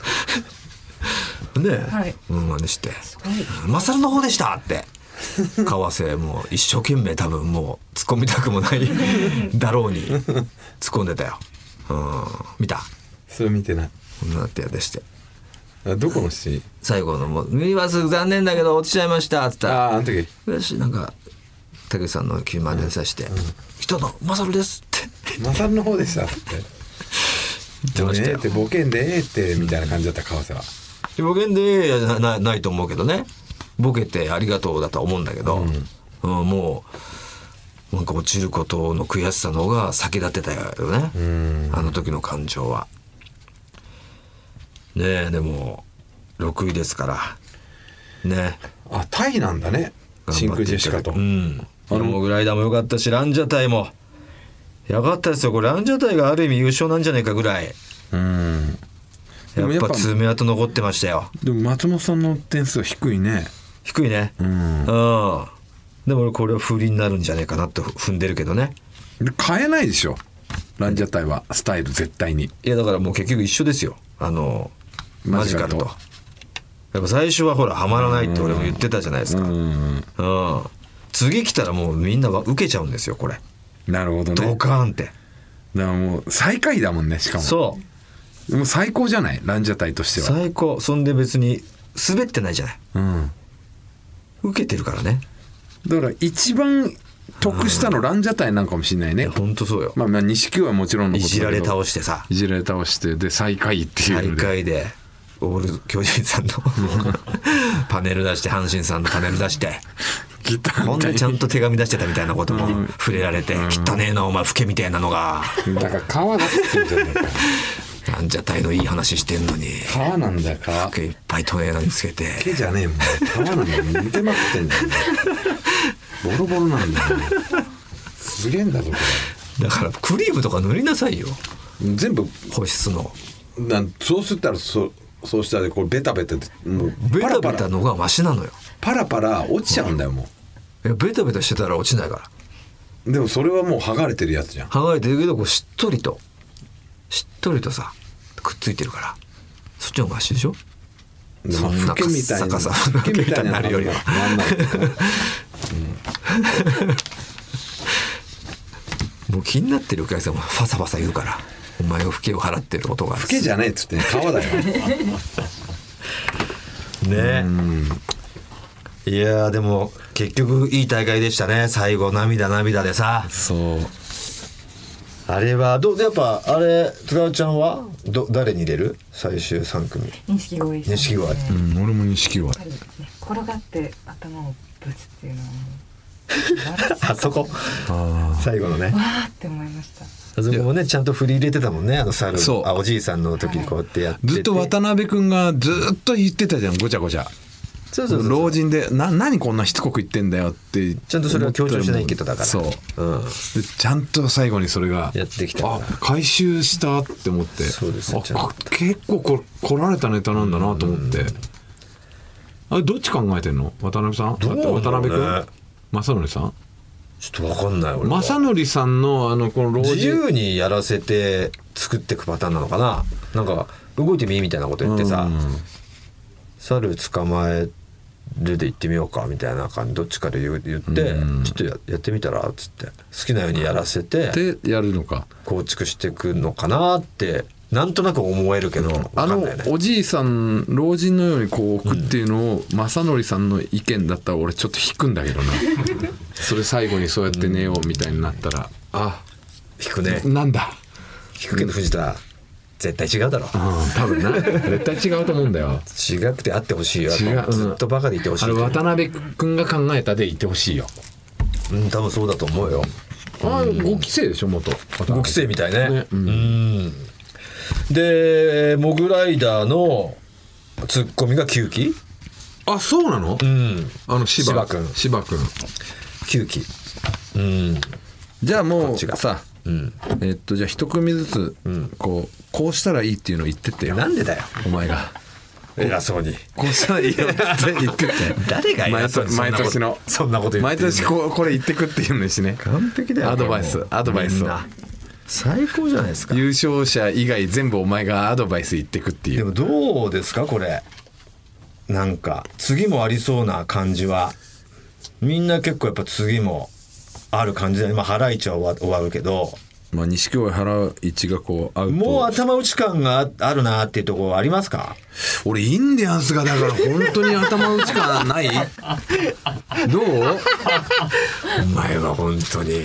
ね、 はいうん真似してすごい 「マサルの方でした」って川瀬もう一生懸命多分もう突っ込みたくもないだろうに突っ込んでたよ。うん見たそれ見てない。 こんなってやでしてあどこのシーン？ 最後のもう「見ます残念だけど落ちちゃいました」っつったらあああの時よしなんか竹内さんの急真似させて「人のマサルです」ってマサルの方でしたって言ってましたよねえってボケんでええってみたいな感じだった川瀬は。 ボケんでいやなないと思うけどねボケてありがとうだとは思うんだけど、うんうん、もうなんか落ちることの悔しさの方が先立ってたよね、うん、あの時の感情はねえでもろくいですからね。 あタイなんだね真空ジェシカと。 うんあのモグライダーも良かったしランジャタイもやがったですよ。これランジャタイがある意味優勝なんじゃないかぐらいうんやっぱ爪痕残ってましたよ。 でも松本さんの点数は低いね。 低いね。うん、うん、でも俺これは不利になるんじゃないかなって踏んでるけどね。 変えないでしょランジャタイはスタイル絶対に。 いやだからもう結局一緒ですよあのマジカルと。やっぱ最初はほらハマらないって俺も言ってたじゃないですか。うん、うん、次来たらもうみんなは受けちゃうんですよこれ。 なるほどね。 ドカーンってだからもう最下位だもんね。しかもそうもう最高じゃないランジャタイとしては。 最高。そんで別に滑ってないじゃない、うん、受けてるからね。 だから一番得したのランジャタイなんかもしれないね。 本当そうよ。 まあまあ錦はもちろんのことだけどいじられ倒してさいじられ倒してで最下位っていう最下位でオール巨人さんのパネル出して阪神さんのパネル出してほんでちゃんと手紙出してたみたいなことも触れられて、うん、汚ねえなお前老けみたいなのがだから川だって言ってんじゃないかランジャタイのいい話してんのに川なんだよ川いっぱいトレーナーにつけて毛じゃねえもん川なんだよ似てまくってんだよボロボロなんだよすげえんだぞこれ。だからクリームとか塗りなさいよ全部保湿のなんそうすったらそそうしたらこれベタベタでもうベタベタのがマシなのよ。 パラパラ落ちちゃうんだよもう。いやベタベタしてたら落ちないから。 でもそれはもう剥がれてるやつじゃん。 剥がれてるけどこうしっとりとしっとりとさくっついてるからそっちの方がマシでしょ。そんなカッサカサフケみたいになるよりはもう気になってるお客さんもファサファサ言うからお前がフケを払ってる音がフケじゃねえっつって川だよね。いやでも結局いい大会でしたね。最後涙涙でさ。 そうあれはどうやっぱあれ津川ちゃんはど誰に入れる最終さん組。 錦鯉さん、ね、 錦鯉、 うん、俺も錦鯉、 ね、転がって頭をぶつっていうのはもうあそこあ最後のねわーって思いました。 あそこもねちゃんと振り入れてたもんねあの猿あおじいさんの時にこうやってやってて、はい、 ずっと渡辺君がずっと言ってたじゃんごちゃごちゃ。そうそうそうそう老人でな何こんなしつこく言ってんだよってちゃんとそれは強調しないけどだからそう、うん、でちゃんと最後にそれがやってきたからあ回収したって思ってそうですあ結構こ来られたネタなんだなと思ってあれどっち考えてんの渡辺さんどう、ね、 渡辺君正則さんちょっと分かんない俺正則さんのあのこの老人自由にやらせて作っていくパターンなのかな。なんか動いてみいみたいなこと言ってさ、うん、猿捕まえるで行ってみようかみたいな感じどっちかで言って、うん、ちょっと や, やってみたらっつって好きなようにやらせてでやるのか構築していくのかなってなんとなく思えるけど、うん、 あのおじいさん老人のようにこう置くっていうのを、うん、正則さんの意見だったら俺ちょっと引くんだけどなそれ最後にそうやって寝ようみたいになったら、うん、あ引くねなんだ引くけど藤田、うん絶対違うだろ、うん、 多分な絶対違うと思うんだよ違くてあってほしいよ違う、ずっとバカでいてほしい、 うん、あれ渡辺君が考えたでいてほしいようん多分そうだと思うよあれご期生でしょ元ご期生みたいね、ねうん、うんでモグライダーのツッコミがきゅうきあそうなのうんあの芝君芝君きゅうきうんじゃあもうさうん、えっとじゃあ一組ずつ、うん、こうこうしたらいいっていうのを言ってってよ。 なんでだよお前が偉そうにこうしたらいいよって言ってって誰が偉そうに毎年のそんなこと言って毎年こうこれ言ってくっていうのにしね完璧だよアドバイスアドバイスを最高じゃないですか。 優勝者以外全部お前がアドバイス言ってくっていう。 でもどうですかこれなんか次もありそうな感じはみんな結構やっぱ次もある感じで、まあ、ハライチは終わ、終わるけど、 まあ錦鯉ハライチがこう会うともう頭打ち感があるなっていうところありますか？ 俺インディアンスがだから本当に頭打ち感ないどうお前は本当に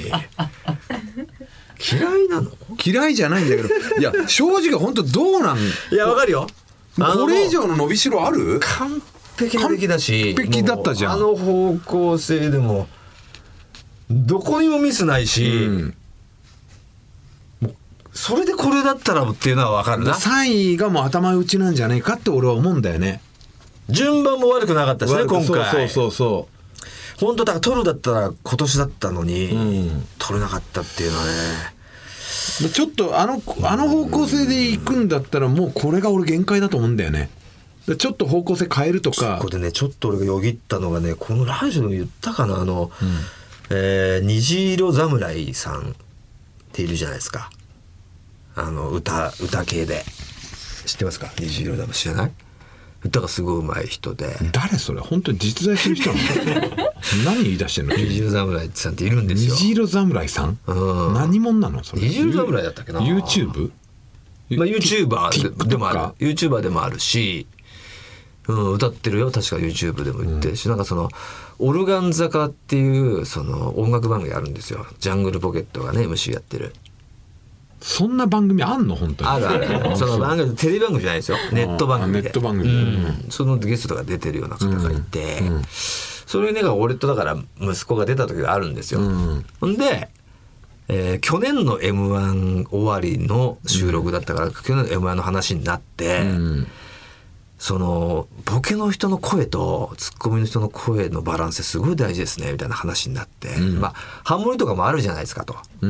嫌いなの？ 嫌いじゃないんだけど、いや正直本当どうなん？ いやわかるよ。 これ以上の伸びしろある？ 完璧な出来だし、 完璧だったじゃん。 あの方向性でもどこにもミスないし、うん、もうそれでこれだったらっていうのは分かるな。 さんいがもう頭打ちなんじゃないかって俺は思うんだよね。 順番も悪くなかったしね今回。 そうそうそうそう本当だから取るだったら今年だったのに、うん、取れなかったっていうのはね。 ちょっとあのあの方向性で行くんだったらもうこれが俺限界だと思うんだよね。ちょっと方向性変えるとか。 そこでねちょっと俺がよぎったのがね、このラジオで言ったかな、あの、うん、えー、虹色侍さんっているじゃないですか、あの歌歌系で。知ってますか？虹色侍知らない？歌がすごい上手い人で。 誰それ？本当に実在する人なの？何言い出してんの？ 虹色侍さんっているんですよ。 虹色侍さん、うん、何者なのそれ？ 虹色侍だったっけな。 YouTube？ まあ、YouTuber でもある YouTuber でもあるし、うん、歌ってるよ確か YouTube でも言ってるし、うん、なんかそのオルガン坂っていうその音楽番組あるんですよ。ジャングルポケットがね エムシー やってる。 そんな番組あんの？本当にあるあるその番組テレビ番組じゃないですよ、ネット番組で。 ネット番組で、 うん、そのゲストが出てるような方がいて、うんうん、それね俺とだから息子が出た時があるんですよ。ほ、うん、で、えー、去年の エムワン 終わりの収録だったから、うん、去年の エムワン の話になって、うん、そのボケの人の声とツッコミの人の声のバランスすごい大事ですねみたいな話になって、うん、まあハモリとかもあるじゃないですかと、うん、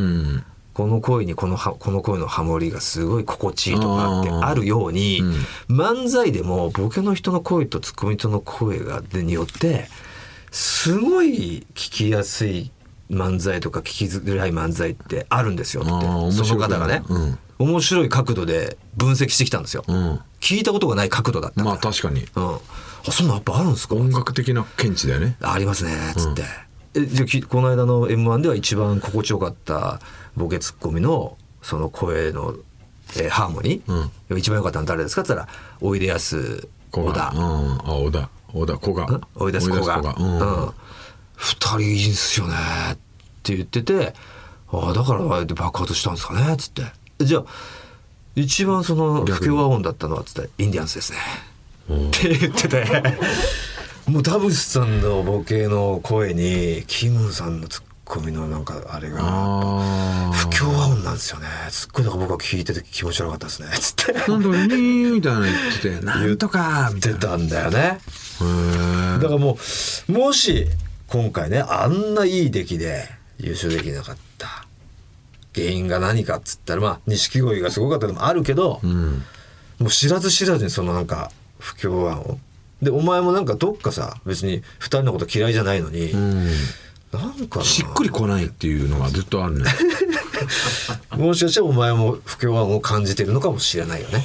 この声にこのはこの声のハモリがすごい心地いいとかってあるように、うん、漫才でもボケの人の声とツッコミの人の声がでによってすごい聞きやすい漫才とか聞きづらい漫才ってあるんですよって、その方がね、うん、面白い角度で分析してきたんですよ、うん、聞いたことがない角度だったから。 まあ確かに、 うん、あそんなやっぱあるんですか？ 音楽的な見地だよね。 ありますねつって、うん、えじゃこの間の エムワン では一番心地よかったボケツッコミのその声の、えー、ハーモニー、うん、一番良かったの誰ですかって言ったらおいでやす小田、 うん、あ小田小田小賀おいでやす小賀、うんうん、ふたりいいんですよねって言ってて、あだからあえて爆発したんですかねっつって、じゃあ一番その不協和音だったのはっつってインディアンスですねって言っててもう田淵さんのボケの声にキムさんのツッコミのなんかあれが不協和音なんですよね。すっごいなんか僕は聞いてて気持ち悪かったですねつってなんだろうねみたいな言っててなんとか言ってたんだよね。だからもうもし今回ねあんないい出来で優勝できなかった原因が何かっつったらまあ錦鯉がすごかったのもあるけど、うん、もう知らず知らずにそのなんか不協和音でお前もなんかどっかさ別にふたりのこと嫌いじゃないのに、うん、なんかしっくりこないっていうのがずっとあるねもしかしたらお前も不協和音を感じてるのかもしれないよね。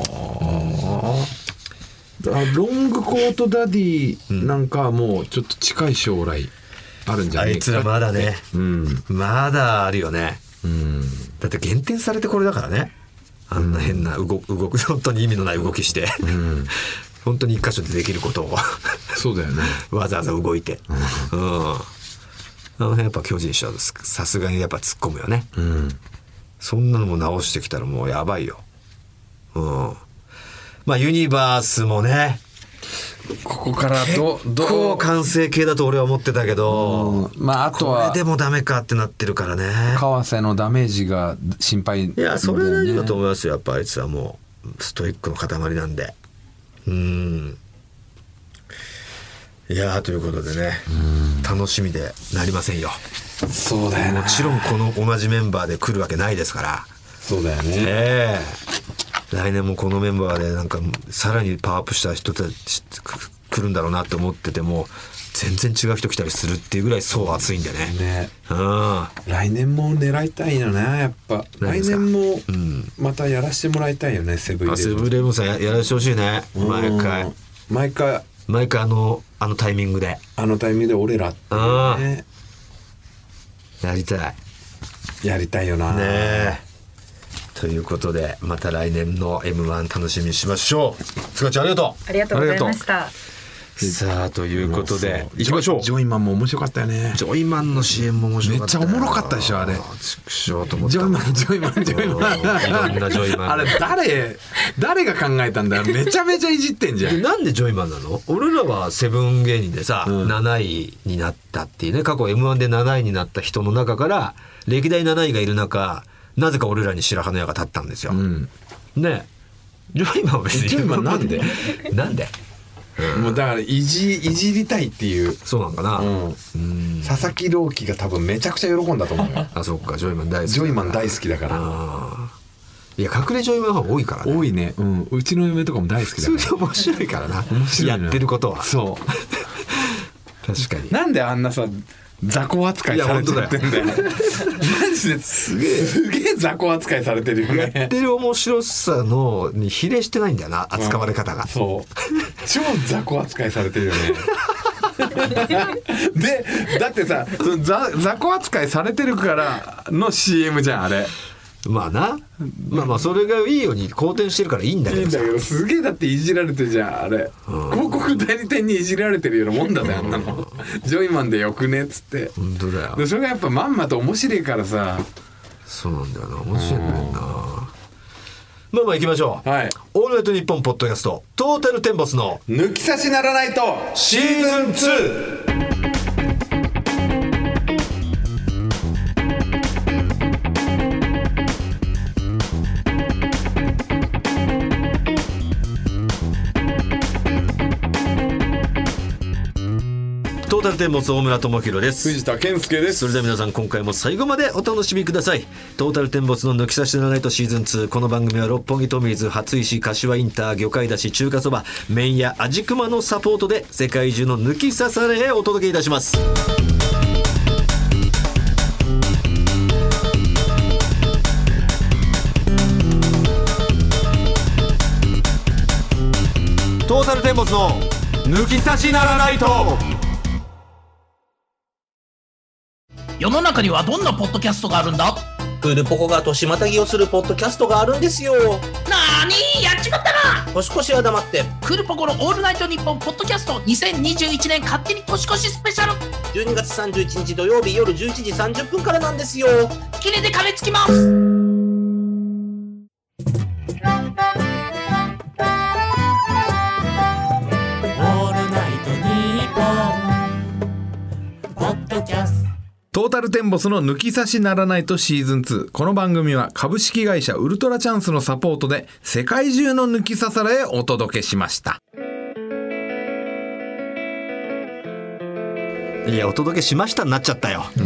はあ、ロングコートダディなんかはもうちょっと近い将来あるんじゃないか、 あいつらまだね、うん、まだあるよね、うん、だって減点されてこれだからね、あんな変な動く、動く本当に意味のない動きして、うん、本当に一箇所でできることをそうだよねわざわざ動いて、うんうん、あの辺やっぱ巨人師匠さすがにやっぱ突っ込むよね、うん、そんなのも直してきたらもうやばいよ、うん、まあユニバースもねここからど結構完成形だと俺は思ってたけど、 うん、まああとはこれでもダメかってなってるからね。 川瀬のダメージが心配、ね、 いやそれ大事だと思いますよ。やっぱあいつはもうストイックの塊なんで、うんいやということでね、楽しみでなりませんよ。 そうだよね。 もちろんこの同じメンバーで来るわけないですから。 そうだよね、 えー、来年もこのメンバーでなんかさらにパワーアップした人たち来るんだろうなって思ってても全然違う人来たりするっていうぐらいそう熱いんでね。ね、うん、 来年も狙いたいよねやっぱ。来年もまたやらせてもらいたいよね、セブンイレブン。 セブンイレブンさん や, やらせてほしいね。毎回毎回毎回あのあのタイミングであのタイミングで俺らっていうねやりたいやりたいよなねえ。ということでまた来年の エムワン 楽しみにしましょう。つかちゃんありがとありがとうございました。 う。さあということでいきましょう。 ジョイマンも面白かったよね。 ジョイマンの シーエム も面白かったよ。 めっちゃおもろかったでしょあれ。 畜生と思った。 ジョイマンジョイマンジョイマンいろんなジョイマンあれ誰誰が考えたんだよ。めちゃめちゃいじってんじゃん。 でなんでジョイマンなの？俺らはセブン芸人でさ、うん、なないになったっていうね、過去 エムワン でなないになった人の中から歴代なないがいる中、なぜか俺らに白羽の矢が立ったんですよ、うん、ね。ジョイマンは別にジョイマンなんでなんで、うん、 もうだからいじ、いじりたいっていう。 そうなんかな、うん、 うん佐々木朗希が多分めちゃくちゃ喜んだと思うよ。 あ、そっか、ジョイマン大好き。 ジョイマン大好きだから。 あ、いや隠れジョイマンは多いからね。 多いね、うん、うちの嫁とかも大好きだから。 普通に面白いからな面白いなやってることは。そう確かに。 なんであんなさ雑魚扱いされちゃってんだよ。マジですげえすげえ雑魚扱いされてるよね。 やってる面白さのに比例してないんだよな、扱われ方が、うん、 そう超雑魚扱いされてるよね。でだってさその雑魚扱いされてるからの シーエム じゃんあれ。 まあな、まあまあそれがいいように好転してるからいいんだけどさ。 いいんだけどすげえだっていじられてるじゃんあれ、うん、広告代理店にいじられてるようなもんだねあんなの。ジョイマンでよくねっつって。 本当だよ。 でそれがやっぱまんまと面白いからさ。 そうなんだよな、面白いんだよな。まあまあ行きましょう、はい、オールナイトニッポンポッドキャストトータルテンボスの抜き差しならないとシーズンツー。トータルテンボス大村智弘です。 藤田健介です。 それでは皆さん今回も最後までお楽しみください。トータルテンボスの抜き差しならないとシーズンツー。この番組は六本木トミーズ、初石、柏インター、魚介だし、中華そば、麺屋味熊のサポートで世界中の抜き差されへお届けいたします。トータルテンボスの抜き差しならないと。 世の中にはどんなポッドキャストがあるんだ？ クールポコが年またぎをするポッドキャストがあるんですよ。 なーにやっちまったな。 年越しは黙って。 クールポコのオールナイトニッポンポッドキャストにせんにじゅういちねん勝手に年越しスペシャル、 じゅうにがつさんじゅういちにち土曜日夜じゅういちじさんじゅっぷんからなんですよ。 キレで噛みつきます。オールナイトニッポンポッドキャスト。 トータルテンボスの抜き差しならないとシーズンツー。この番組は株式会社ウルトラチャンスのサポートで世界中の抜き差されへお届けしました。 いやお届けしましたになっちゃったよ、うん、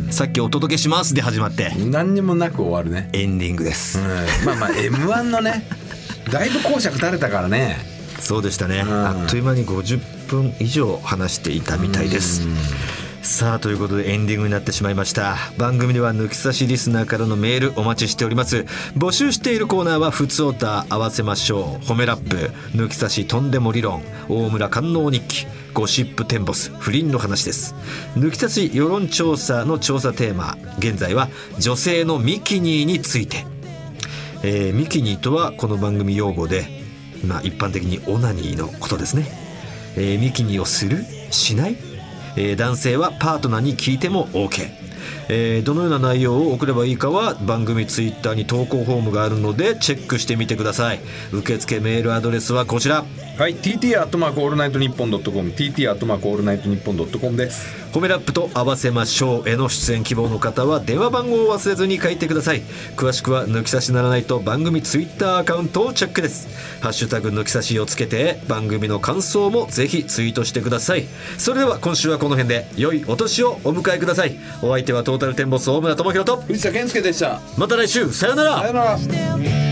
さっきお届けしますで始まって何にもなく終わるね。 エンディングです、うん、まあまあ エムワン のねだいぶ講釈垂れたからね。そうでしたね、うん、あっという間にごじゅっぷん以上話していたみたいです。さあということでエンディングになってしまいました。番組では抜き差しリスナーからのメールお待ちしております。募集しているコーナーはふつおた合わせましょう、褒めラップ、抜き差しとんでも理論、大村官能日記、ゴシップテンボス、不倫の話です。抜き差し世論調査の調査テーマ、現在は女性のミキニーについて、えー、ミキニーとはこの番組用語で、まあ、一般的にオナニーのことですね。えー、ミキニーをする？しない？えー、男性はパートナーに聞いても OK、えー、どのような内容を送ればいいかは番組ツイッターに投稿フォームがあるのでチェックしてみてください。受付メールアドレスはこちら、 はい、ティーティー アットマークオールナイトニッポンドットコム ティーティー アットマークオールナイトニッポンドットコムです。 褒めラップと合わせましょうへの出演希望の方は電話番号を忘れずに書いてください。詳しくは抜き差しならないと番組ツイッターアカウントをチェックです。ハッシュタグ抜き差しをつけて番組の感想もぜひツイートしてください。それでは今週はこの辺で良いお年をお迎えください。お相手はトータルテンボス大村智弘と藤田健介でした。 また来週、さよなら。 さよなら。